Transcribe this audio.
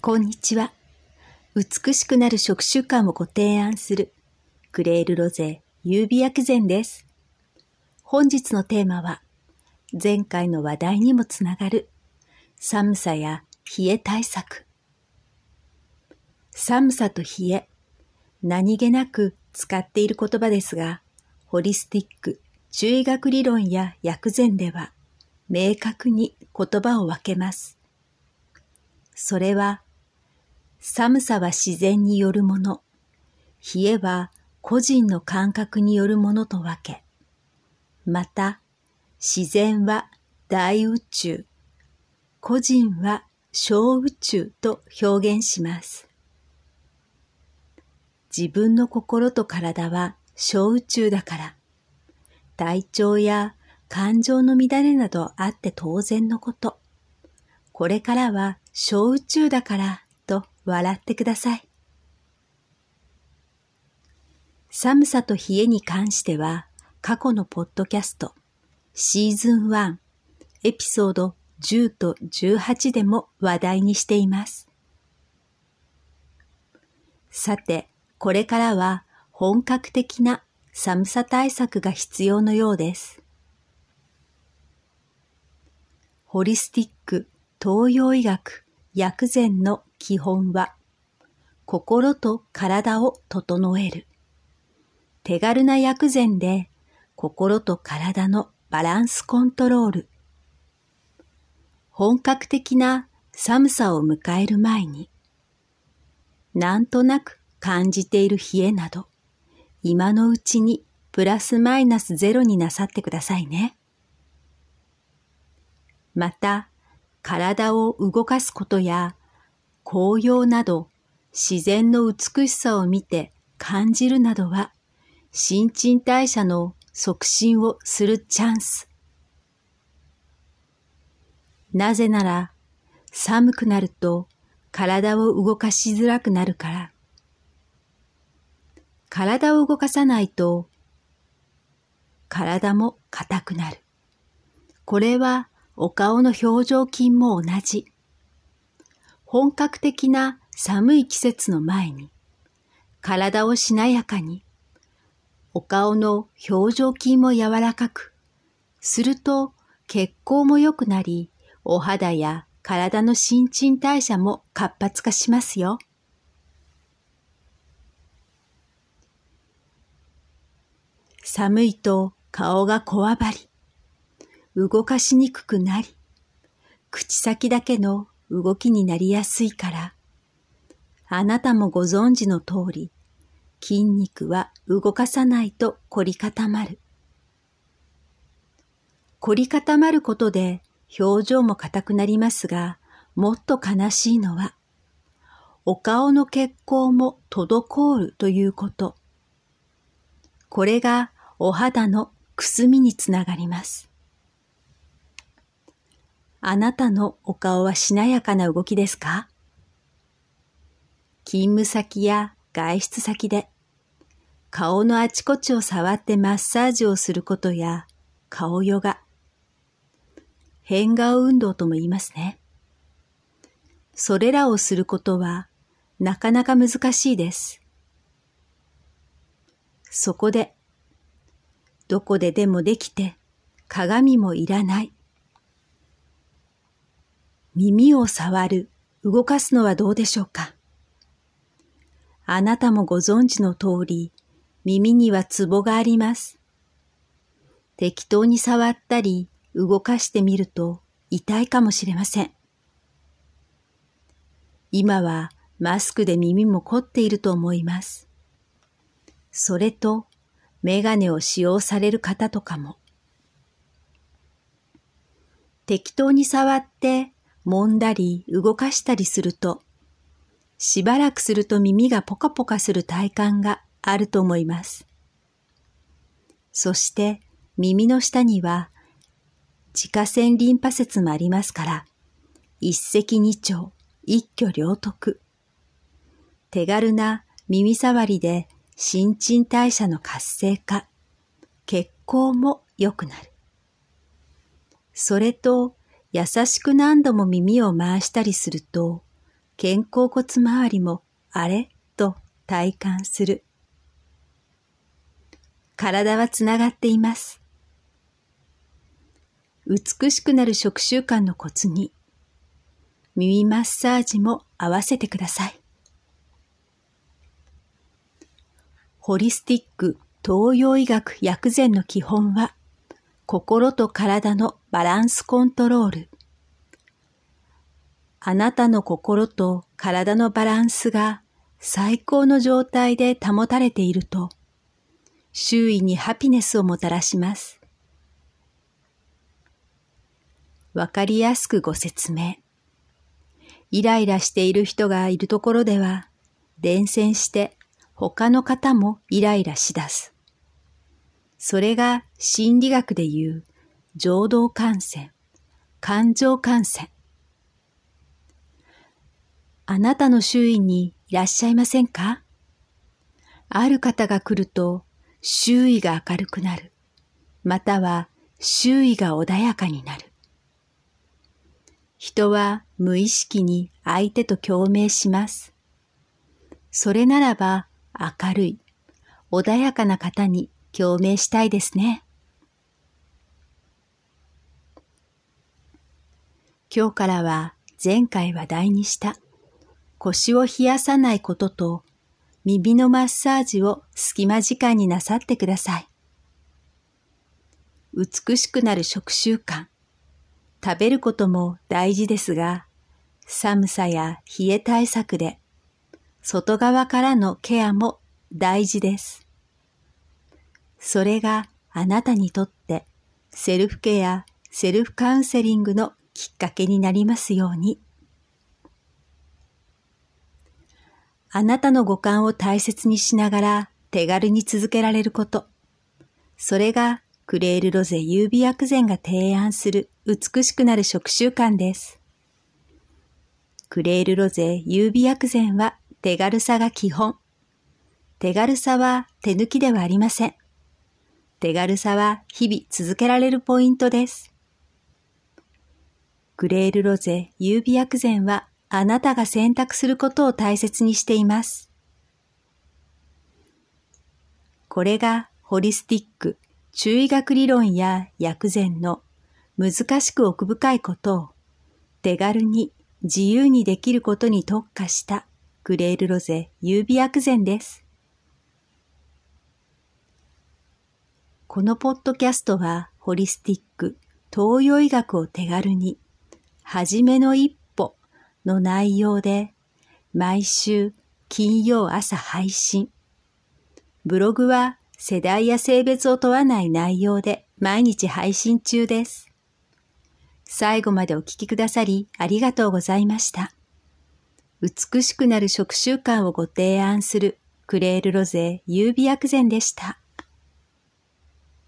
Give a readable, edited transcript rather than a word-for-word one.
こんにちは。美しくなる食習慣をご提案するクレールロゼ優美薬膳です。本日のテーマは前回の話題にもつながる寒さや冷え対策。寒さと冷え、何気なく使っている言葉ですが、ホリスティック中医学理論や薬膳では明確に言葉を分けます。それは寒さは自然によるもの、冷えは個人の感覚によるものと分け、また自然は大宇宙、個人は小宇宙と表現します。自分の心と体は小宇宙だから、体調や感情の乱れなどあって当然のこと。これからは小宇宙だからと笑ってください。寒さと冷えに関しては、過去のポッドキャスト、シーズン1、エピソード10と18でも話題にしています。さて、これからは本格的な寒さ対策が必要のようです。ホリスティック東洋医学薬膳の基本は、心と体を整える。手軽な薬膳で心と体のバランスコントロール。本格的な寒さを迎える前に、なんとなく感じている冷えなど、今のうちにプラスマイナスゼロになさってくださいね。また、体を動かすことや紅葉など自然の美しさを見て感じるなどは新陳代謝の促進をするチャンス。なぜなら寒くなると体を動かしづらくなるから。体を動かさないと体も硬くなる。これはお顔の表情筋も同じ。本格的な寒い季節の前に体をしなやかに、お顔の表情筋も柔らかく、すると血行も良くなり、お肌や体の新陳代謝も活発化しますよ。寒いと顔がこわばり、動かしにくくなり、口先だけの動きになりやすいから、あなたもご存知の通り、筋肉は動かさないと凝り固まる。凝り固まることで表情も硬くなりますが、もっと悲しいのは、お顔の血行も滞るということ。これがお肌のくすみにつながります。あなたのお顔はしなやかな動きですか？勤務先や外出先で顔のあちこちを触ってマッサージをすることや顔ヨガ、変顔運動とも言いますね。それらをすることはなかなか難しいです。そこで、どこででもできて鏡もいらない。耳を触る、動かすのはどうでしょうか。あなたもご存知の通り、耳にはツボがあります。適当に触ったり動かしてみると痛いかもしれません。今はマスクで耳も凝っていると思います。それと、メガネを使用される方とかも。適当に触って揉んだり動かしたりすると、しばらくすると耳がポカポカする体感があると思います。そして耳の下には自家腺リンパ節もありますから、一石二鳥、一挙両得。手軽な耳触りで新陳代謝の活性化、血行も良くなる。それと優しく何度も耳を回したりすると、 肩甲骨周りもあれと体感する。体はつながっています。美しくなる食習慣のコツに、耳マッサージも合わせてください。ホリスティック東洋医学薬膳の基本は、心と体のバランスコントロール。あなたの心と体のバランスが最高の状態で保たれていると、周囲にハピネスをもたらします。わかりやすくご説明。イライラしている人がいるところでは、伝染して他の方もイライラしだす。それが心理学でいう情動感染、感情感染。あなたの周囲にいらっしゃいませんか？ある方が来ると周囲が明るくなる。または周囲が穏やかになる。人は無意識に相手と共鳴します。それならば明るい、穏やかな方に共鳴したいですね。今日からは前回話題にした腰を冷やさないことと耳のマッサージを隙間時間になさってください。美しくなる食習慣。食べることも大事ですが、寒さや冷え対策で外側からのケアも大事です。それがあなたにとってセルフケア、セルフカウンセリングのきっかけになりますように。あなたの五感を大切にしながら手軽に続けられること。それがクレールロゼ優美薬膳が提案する美しくなる食習慣です。クレールロゼ優美薬膳は手軽さが基本。手軽さは手抜きではありません。手軽さは日々続けられるポイントです。クレールロゼ優美薬膳はあなたが選択することを大切にしています。これがホリスティック中医学理論や薬膳の難しく奥深いことを手軽に自由にできることに特化したクレールロゼ優美薬膳です。このポッドキャストはホリスティック東洋医学を手軽にはじめの一歩の内容で毎週金曜朝配信。ブログは世代や性別を問わない内容で毎日配信中です。最後までお聞きくださりありがとうございました。美しくなる食習慣をご提案するクレールロゼ優美薬膳でした。